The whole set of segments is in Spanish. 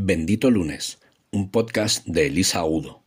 Bendito lunes, un podcast de Elisa Agudo.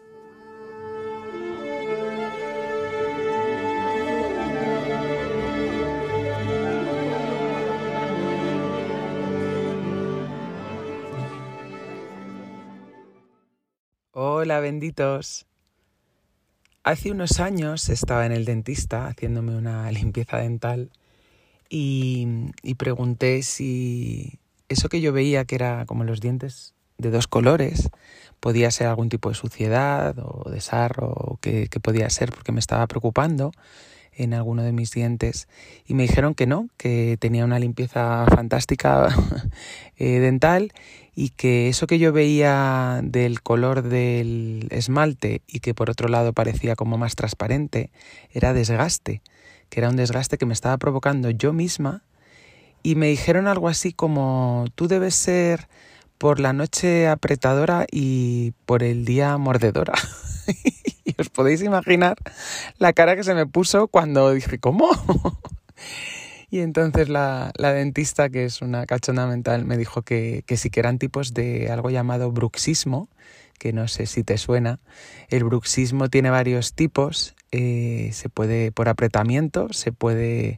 Hola, benditos. Hace unos años estaba en el dentista haciéndome una limpieza dental y pregunté si eso que yo veía, que era como los dientes de dos colores, podía ser algún tipo de suciedad o de sarro o qué podía ser, porque me estaba preocupando en alguno de mis dientes, y me dijeron que no, que tenía una limpieza fantástica dental, y que eso que yo veía del color del esmalte y que por otro lado parecía como más transparente era desgaste, que era un desgaste que me estaba provocando yo misma. Y me dijeron algo así como: tú debes ser por la noche apretadora y por el día mordedora. Y os podéis imaginar la cara que se me puso cuando dije: ¿cómo? Y entonces la dentista, que es una cachonda mental, me dijo que sí, que eran tipos de algo llamado bruxismo, que no sé si te suena. El bruxismo tiene varios tipos. Se puede por apretamiento, se puede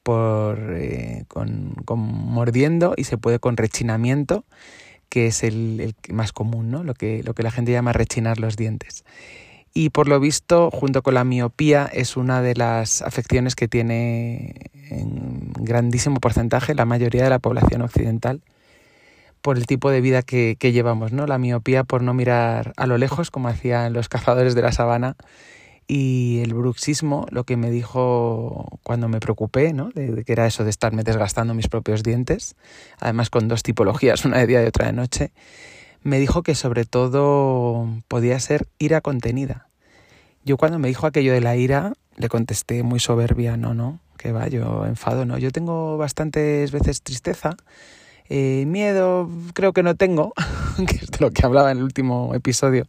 con mordiendo, y se puede con rechinamiento, que es el más común, ¿no? Lo que la gente llama rechinar los dientes. Y por lo visto, junto con la miopía, es una de las afecciones que tiene en grandísimo porcentaje la mayoría de la población occidental, por el tipo de vida que llevamos, ¿no? La miopía por no mirar a lo lejos, como hacían los cazadores de la sabana, y el bruxismo, lo que me dijo cuando me preocupé, ¿no? De que era eso de estarme desgastando mis propios dientes, además con dos tipologías, una de día y otra de noche. Me dijo que sobre todo podía ser ira contenida. Yo cuando me dijo aquello de la ira, le contesté muy soberbia: no, que va, yo enfado no. Yo tengo bastantes veces tristeza, miedo creo que no tengo, que es de lo que hablaba en el último episodio.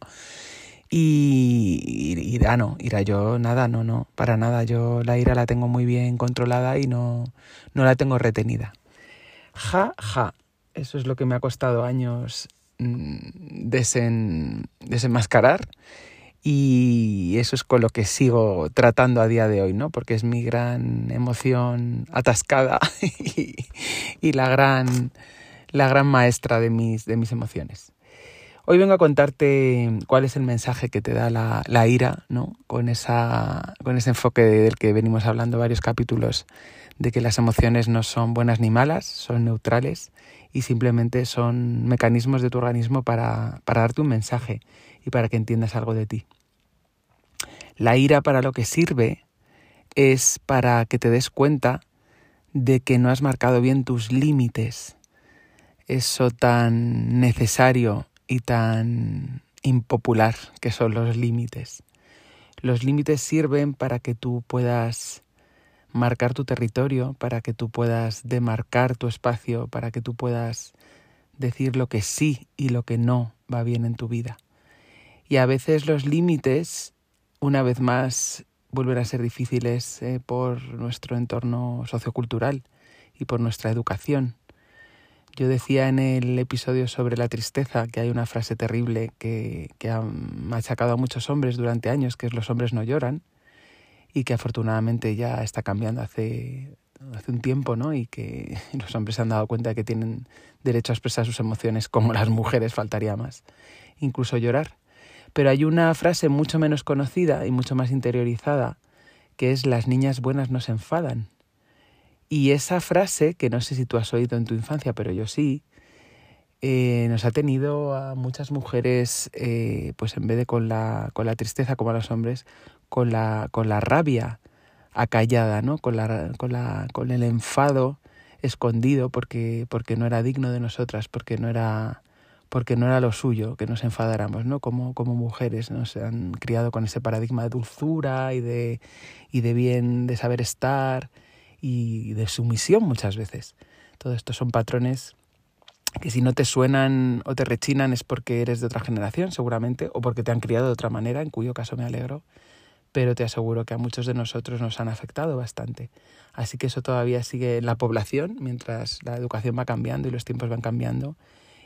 Y ira yo nada, no, para nada. Yo la ira la tengo muy bien controlada y no la tengo retenida. Eso es lo que me ha costado años desenmascarar, y eso es con lo que sigo tratando a día de hoy, ¿no? Porque es mi gran emoción atascada y la gran maestra de mis emociones. Hoy vengo a contarte cuál es el mensaje que te da la ira, ¿no? Con ese enfoque del que venimos hablando varios capítulos, de que las emociones no son buenas ni malas, son neutrales y simplemente son mecanismos de tu organismo para darte un mensaje y para que entiendas algo de ti. La ira, para lo que sirve, es para que te des cuenta de que no has marcado bien tus límites, eso tan necesario y tan impopular que son los límites. Los límites sirven para que tú puedas marcar tu territorio, para que tú puedas demarcar tu espacio, para que tú puedas decir lo que sí y lo que no va bien en tu vida. Y a veces los límites, una vez más, vuelven a ser difíciles por nuestro entorno sociocultural y por nuestra educación. Yo decía en el episodio sobre la tristeza que hay una frase terrible que ha machacado a muchos hombres durante años, que es: los hombres no lloran, y que afortunadamente ya está cambiando hace un tiempo, ¿no? Y que los hombres se han dado cuenta de que tienen derecho a expresar sus emociones como las mujeres, faltaría más, incluso llorar. Pero hay una frase mucho menos conocida y mucho más interiorizada, que es: las niñas buenas no se enfadan. Y esa frase, que no sé si tú has oído en tu infancia, pero yo sí, nos ha tenido a muchas mujeres, pues en vez de con la tristeza como a los hombres, con la rabia acallada, ¿no? Con el enfado escondido porque no era digno de nosotras, porque no era lo suyo que nos enfadáramos, ¿no? Como mujeres nos han criado con ese paradigma de dulzura y de bien, de saber estar y de sumisión muchas veces. Todo esto son patrones que si no te suenan o te rechinan es porque eres de otra generación, seguramente, o porque te han criado de otra manera, en cuyo caso me alegro, pero te aseguro que a muchos de nosotros nos han afectado bastante. Así que eso todavía sigue en la población, mientras la educación va cambiando y los tiempos van cambiando,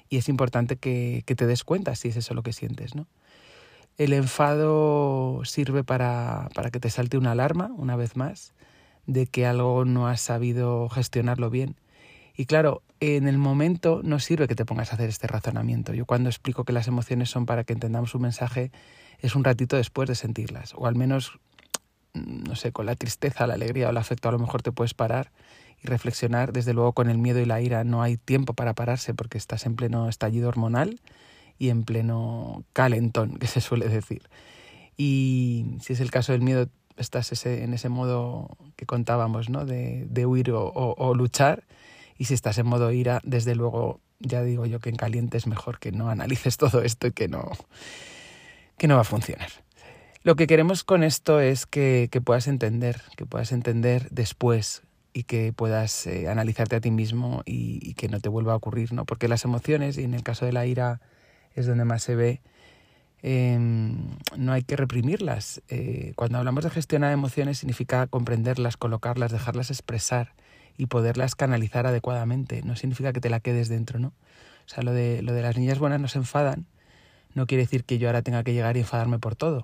y es importante que te des cuenta si es eso lo que sientes, ¿no? El enfado sirve para que te salte una alarma, una vez más, de que algo no has sabido gestionarlo bien. Y claro, en el momento no sirve que te pongas a hacer este razonamiento. Yo cuando explico que las emociones son para que entendamos un mensaje, es un ratito después de sentirlas. O al menos, no sé, con la tristeza, la alegría o el afecto a lo mejor te puedes parar y reflexionar. Desde luego con el miedo y la ira no hay tiempo para pararse porque estás en pleno estallido hormonal y en pleno calentón, que se suele decir. Y si es el caso del miedo, estás en ese modo que contábamos, ¿no? De huir o luchar. Y si estás en modo ira, desde luego, ya digo yo que en caliente es mejor que no analices todo esto y que no va a funcionar. Lo que queremos con esto es que puedas entender después y que puedas analizarte a ti mismo y que no te vuelva a ocurrir, ¿no? Porque las emociones, y en el caso de la ira es donde más se ve, no hay que reprimirlas. Cuando hablamos de gestionar emociones significa comprenderlas, colocarlas, dejarlas expresar y poderlas canalizar adecuadamente. No significa que te la quedes dentro, ¿no? O sea, lo de las niñas buenas no se enfadan no quiere decir que yo ahora tenga que llegar y enfadarme por todo.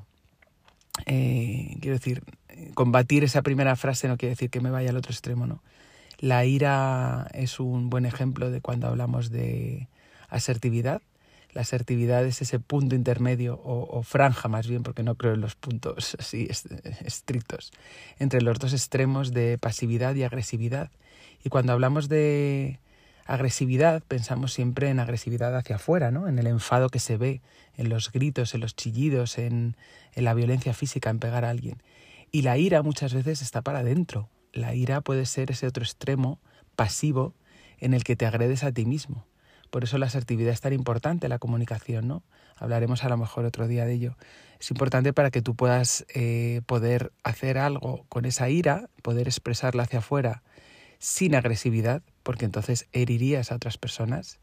Quiero decir, combatir esa primera frase no quiere decir que me vaya al otro extremo, ¿no? La ira es un buen ejemplo de cuando hablamos de asertividad. La asertividad es ese punto intermedio o franja más bien, porque no creo en los puntos así estrictos, entre los dos extremos de pasividad y agresividad. Y cuando hablamos de agresividad pensamos siempre en agresividad hacia afuera, ¿no? En el enfado que se ve, en los gritos, en los chillidos, en la violencia física, en pegar a alguien. Y la ira muchas veces está para adentro. La ira puede ser ese otro extremo pasivo en el que te agredes a ti mismo. Por eso la asertividad es tan importante, la comunicación, ¿no? Hablaremos a lo mejor otro día de ello. Es importante para que tú puedas poder hacer algo con esa ira, poder expresarla hacia afuera sin agresividad, porque entonces herirías a otras personas,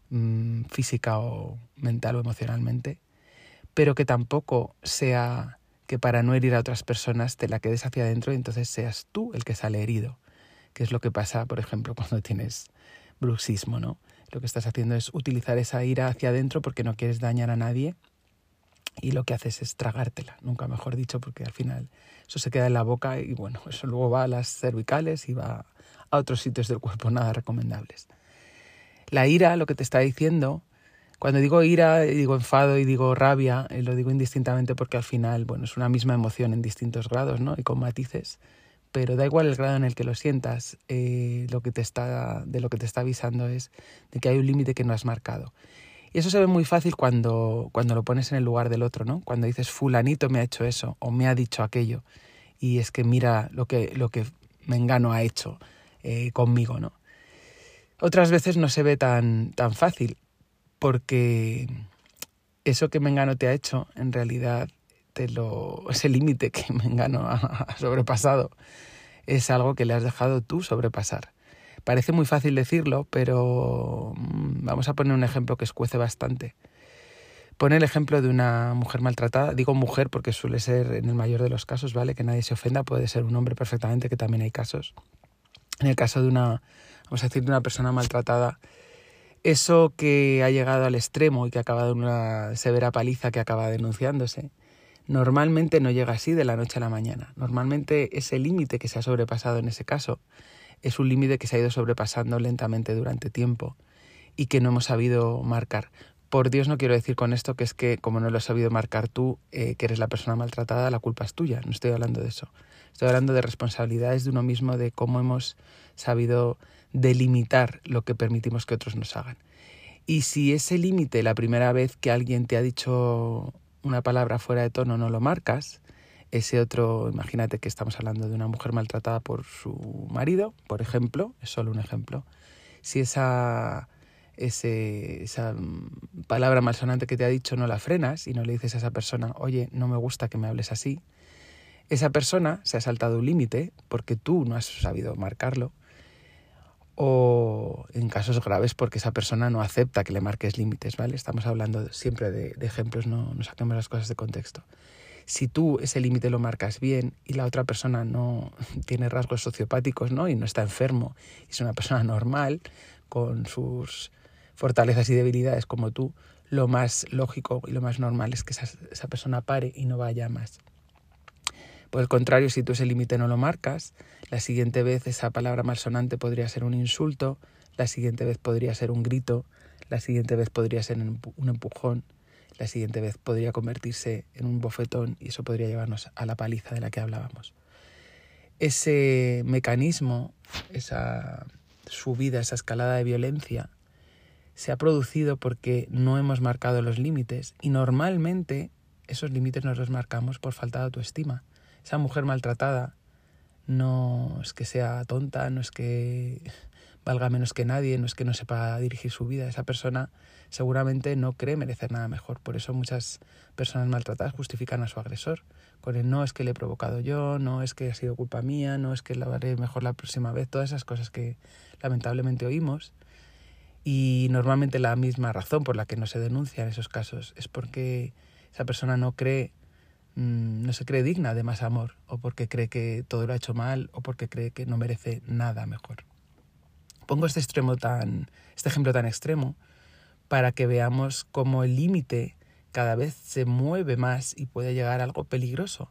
física o mental o emocionalmente, pero que tampoco sea que para no herir a otras personas te la quedes hacia adentro y entonces seas tú el que sale herido, que es lo que pasa, por ejemplo, cuando tienes bruxismo, ¿no? Lo que estás haciendo es utilizar esa ira hacia adentro porque no quieres dañar a nadie y lo que haces es tragártela, nunca mejor dicho, porque al final eso se queda en la boca y bueno, eso luego va a las cervicales y va a otros sitios del cuerpo nada recomendables. La ira, lo que te está diciendo, cuando digo ira, digo enfado y digo rabia, lo digo indistintamente porque al final, bueno, es una misma emoción en distintos grados, ¿no? Y con matices, pero da igual el grado en el que lo sientas, lo que te está avisando es de que hay un límite que no has marcado. Y eso se ve muy fácil cuando lo pones en el lugar del otro, ¿no? Cuando dices fulanito me ha hecho eso o me ha dicho aquello y es que mira lo que Mengano ha hecho conmigo, ¿no? Otras veces no se ve tan fácil porque eso que Mengano te ha hecho en realidad ese límite que Mengano ha sobrepasado es algo que le has dejado tú sobrepasar. Parece muy fácil decirlo, pero vamos a poner un ejemplo que escuece bastante. Pone el ejemplo de una mujer maltratada. Digo mujer porque suele ser en el mayor de los casos, ¿vale? Que nadie se ofenda, puede ser un hombre perfectamente, que también hay casos. En el caso de una persona maltratada, eso que ha llegado al extremo y que ha acabado en una severa paliza que acaba denunciándose, normalmente no llega así de la noche a la mañana. Normalmente ese límite que se ha sobrepasado en ese caso es un límite que se ha ido sobrepasando lentamente durante tiempo y que no hemos sabido marcar. Por Dios no quiero decir con esto que es que como no lo has sabido marcar tú, que eres la persona maltratada, la culpa es tuya. No estoy hablando de eso. Estoy hablando de responsabilidades de uno mismo, de cómo hemos sabido delimitar lo que permitimos que otros nos hagan. Y si ese límite, la primera vez que alguien te ha dicho una palabra fuera de tono, no lo marcas, ese otro, imagínate que estamos hablando de una mujer maltratada por su marido, por ejemplo, es solo un ejemplo. Si esa palabra malsonante que te ha dicho no la frenas y no le dices a esa persona, oye, no me gusta que me hables así, esa persona se ha saltado un límite porque tú no has sabido marcarlo, o en casos graves porque esa persona no acepta que le marques límites, ¿vale? Estamos hablando siempre de ejemplos, no saquemos las cosas de contexto. Si tú ese límite lo marcas bien y la otra persona no tiene rasgos sociopáticos, ¿no? Y no está enfermo, es una persona normal con sus fortalezas y debilidades como tú, lo más lógico y lo más normal es que esa persona pare y no vaya más. Por el contrario, si tú ese límite no lo marcas, la siguiente vez esa palabra malsonante podría ser un insulto, la siguiente vez podría ser un grito, la siguiente vez podría ser un empujón, la siguiente vez podría convertirse en un bofetón y eso podría llevarnos a la paliza de la que hablábamos. Ese mecanismo, esa subida, esa escalada de violencia, se ha producido porque no hemos marcado los límites y normalmente esos límites nos los marcamos por falta de autoestima. Esa mujer maltratada no es que sea tonta, no es que valga menos que nadie, no es que no sepa dirigir su vida. Esa persona seguramente no cree merecer nada mejor. Por eso muchas personas maltratadas justifican a su agresor con el no es que le he provocado yo, no es que ha sido culpa mía, no es que lo haré mejor la próxima vez. Todas esas cosas que lamentablemente oímos. Y normalmente la misma razón por la que no se denuncian esos casos es porque esa persona no se cree digna de más amor, o porque cree que todo lo ha hecho mal, o porque cree que no merece nada mejor. Pongo este ejemplo tan extremo para que veamos cómo el límite cada vez se mueve más y puede llegar a algo peligroso.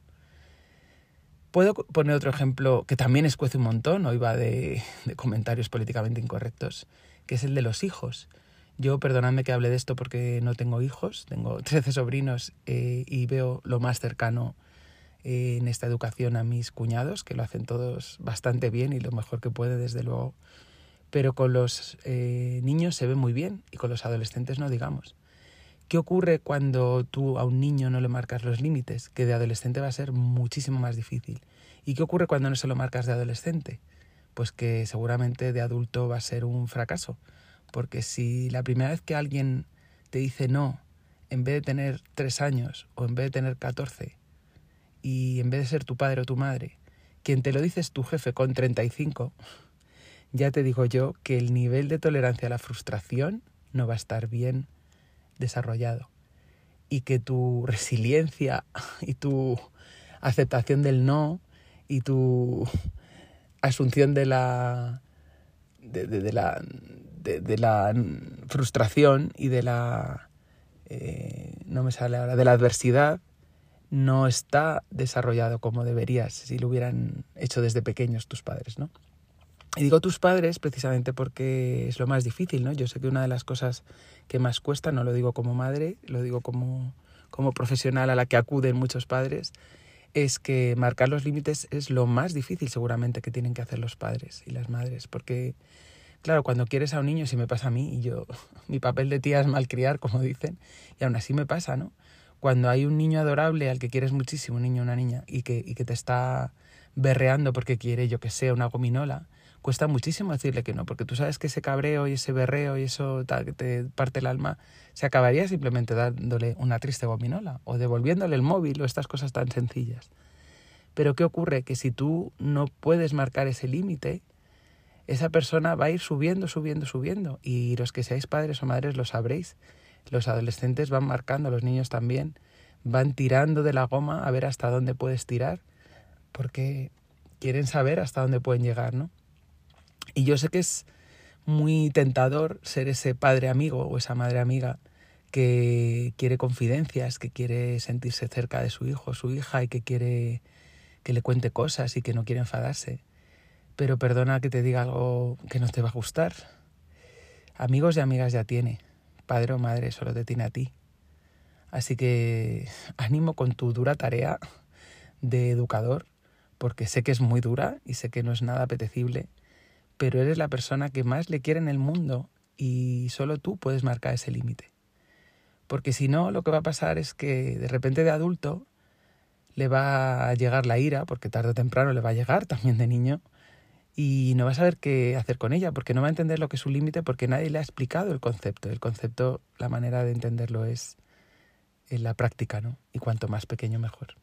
Puedo poner otro ejemplo que también escuece un montón, hoy va de comentarios políticamente incorrectos, que es el de los hijos. Yo, perdonadme que hable de esto porque no tengo hijos, tengo 13 sobrinos y veo lo más cercano en esta educación a mis cuñados, que lo hacen todos bastante bien y lo mejor que puede, desde luego. Pero con los niños se ve muy bien y con los adolescentes no digamos. ¿Qué ocurre cuando tú a un niño no le marcas los límites? Que de adolescente va a ser muchísimo más difícil. ¿Y qué ocurre cuando no se lo marcas de adolescente? Pues que seguramente de adulto va a ser un fracaso. Porque si la primera vez que alguien te dice no, en vez de tener 3 años o en vez de tener 14, y en vez de ser tu padre o tu madre, quien te lo dice es tu jefe con 35, ya te digo yo que el nivel de tolerancia a la frustración no va a estar bien desarrollado. Y que tu resiliencia y tu aceptación del no y tu asunción de la frustración y de la de la adversidad no está desarrollado como deberías si lo hubieran hecho desde pequeños tus padres, ¿no? Y digo tus padres precisamente porque es lo más difícil, ¿no? Yo sé que una de las cosas que más cuesta, no lo digo como madre, lo digo como profesional a la que acuden muchos padres, es que marcar los límites es lo más difícil seguramente que tienen que hacer los padres y las madres. Porque, claro, cuando quieres a un niño, si me pasa a mí, y yo, mi papel de tía es malcriar, como dicen, y aún así me pasa, ¿no? Cuando hay un niño adorable al que quieres muchísimo, un niño o una niña, y que te está berreando porque quiere, yo que sé, una gominola, cuesta muchísimo decirle que no, porque tú sabes que ese cabreo y ese berreo y eso que te parte el alma se acabaría simplemente dándole una triste gominola o devolviéndole el móvil o estas cosas tan sencillas. Pero ¿qué ocurre? Que si tú no puedes marcar ese límite, esa persona va a ir subiendo y los que seáis padres o madres lo sabréis. Los adolescentes van marcando, los niños también, van tirando de la goma a ver hasta dónde puedes tirar porque quieren saber hasta dónde pueden llegar, ¿no? Y yo sé que es muy tentador ser ese padre amigo o esa madre amiga que quiere confidencias, que quiere sentirse cerca de su hijo o su hija y que quiere que le cuente cosas y que no quiere enfadarse. Pero perdona que te diga algo que no te va a gustar. Amigos y amigas ya tiene. Padre o madre solo te tiene a ti. Así que ánimo con tu dura tarea de educador, porque sé que es muy dura y sé que no es nada apetecible, pero eres la persona que más le quiere en el mundo y solo tú puedes marcar ese límite. Porque si no, lo que va a pasar es que de repente de adulto le va a llegar la ira, porque tarde o temprano le va a llegar también de niño, y no va a saber qué hacer con ella, porque no va a entender lo que es un límite, porque nadie le ha explicado el concepto. El concepto, la manera de entenderlo es en la práctica, ¿no? Y cuanto más pequeño, mejor.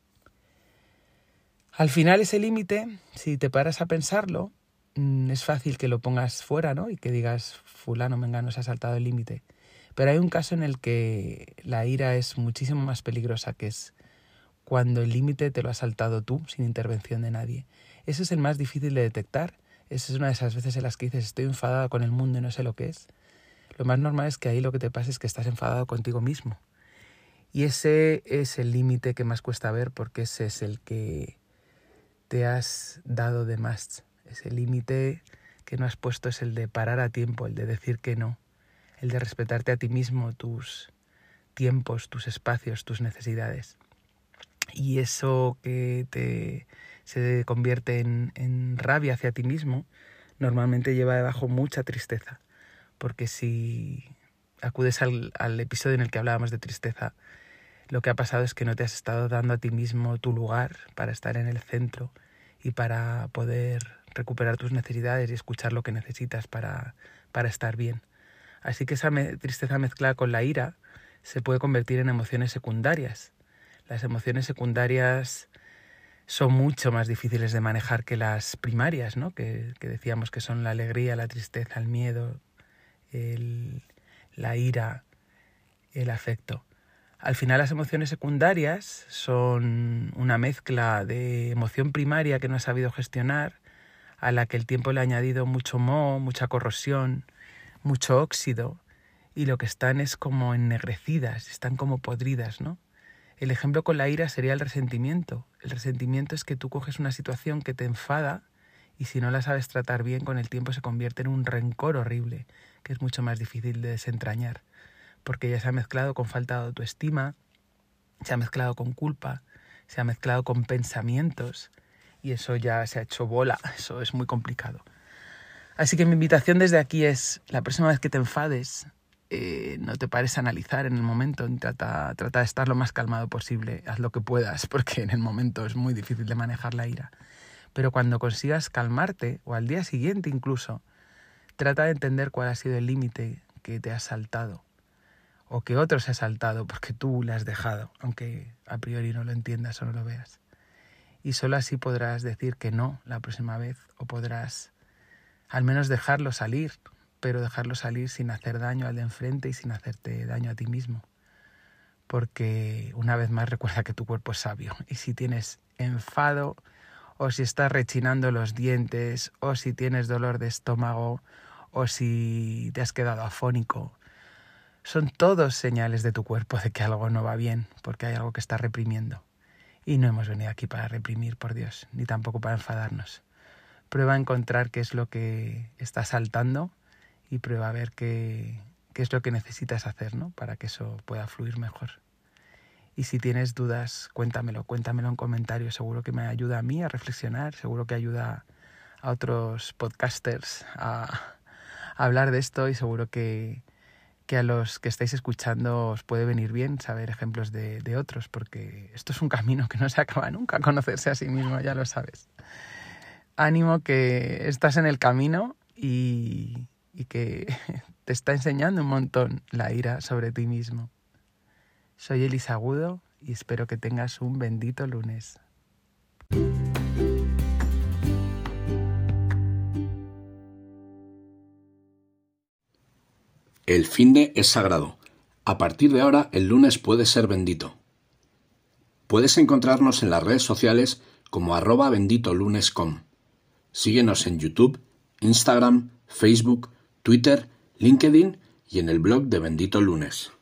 Al final ese límite, si te paras a pensarlo, es fácil que lo pongas fuera, ¿no? Y que digas, fulano, mengano, se ha saltado el límite. Pero hay un caso en el que la ira es muchísimo más peligrosa, que es cuando el límite te lo has saltado tú, sin intervención de nadie. Ese es el más difícil de detectar. Esa es una de esas veces en las que dices, estoy enfadada con el mundo y no sé lo que es. lo más normal es que ahí lo que te pasa es que estás enfadado contigo mismo. Y ese es el límite que más cuesta ver, porque ese es el que te has dado de más. Ese límite que no has puesto es el de parar a tiempo, el de decir que no, el de respetarte a ti mismo, tus tiempos, tus espacios, tus necesidades. Y eso que se convierte en rabia hacia ti mismo, normalmente lleva debajo mucha tristeza. Porque si acudes al episodio en el que hablábamos de tristeza, lo que ha pasado es que no te has estado dando a ti mismo tu lugar para estar en el centro y para poder recuperar tus necesidades y escuchar lo que necesitas para estar bien. Así que esa tristeza mezclada con la ira se puede convertir en emociones secundarias. Las emociones secundarias son mucho más difíciles de manejar que las primarias, ¿no? Que decíamos que son la alegría, la tristeza, el miedo, la ira, el afecto. Al final las emociones secundarias son una mezcla de emoción primaria que no has sabido gestionar, a la que el tiempo le ha añadido mucho moho, mucha corrosión, mucho óxido, y lo que están es como ennegrecidas, están como podridas, ¿no? El ejemplo con la ira sería el resentimiento. El resentimiento es que tú coges una situación que te enfada y si no la sabes tratar bien, con el tiempo se convierte en un rencor horrible, que es mucho más difícil de desentrañar, porque ya se ha mezclado con falta de autoestima, se ha mezclado con culpa, se ha mezclado con pensamientos y eso ya se ha hecho bola, eso es muy complicado. Así que mi invitación desde aquí es, la próxima vez que te enfades, no te pares a analizar en el momento, trata de estar lo más calmado posible, haz lo que puedas, porque en el momento es muy difícil de manejar la ira. Pero cuando consigas calmarte, o al día siguiente incluso, trata de entender cuál ha sido el límite que te has saltado, o que otro se ha saltado porque tú le has dejado, aunque a priori no lo entiendas o no lo veas. Y solo así podrás decir que no la próxima vez, o podrás al menos dejarlo salir, pero dejarlo salir sin hacer daño al de enfrente y sin hacerte daño a ti mismo. Porque una vez más recuerda que tu cuerpo es sabio, y si tienes enfado, o si estás rechinando los dientes, o si tienes dolor de estómago, o si te has quedado afónico, son todos señales de tu cuerpo de que algo no va bien, porque hay algo que está reprimiendo. Y no hemos venido aquí para reprimir, por Dios, ni tampoco para enfadarnos. Prueba a encontrar qué es lo que está saltando y prueba a ver qué es lo que necesitas hacer, ¿no? Para que eso pueda fluir mejor. Y si tienes dudas, cuéntamelo en comentarios. Seguro que me ayuda a mí a reflexionar, seguro que ayuda a otros podcasters a hablar de esto y seguro que a los que estáis escuchando os puede venir bien saber ejemplos de otros, porque esto es un camino que no se acaba nunca, conocerse a sí mismo, ya lo sabes. Ánimo, que estás en el camino y que te está enseñando un montón la ira sobre ti mismo. Soy Elisa Agudo y espero que tengas un bendito lunes. El finde es sagrado. A partir de ahora, el lunes puede ser bendito. Puedes encontrarnos en las redes sociales como @benditolunes.com. Síguenos en YouTube, Instagram, Facebook, Twitter, LinkedIn y en el blog de Bendito Lunes.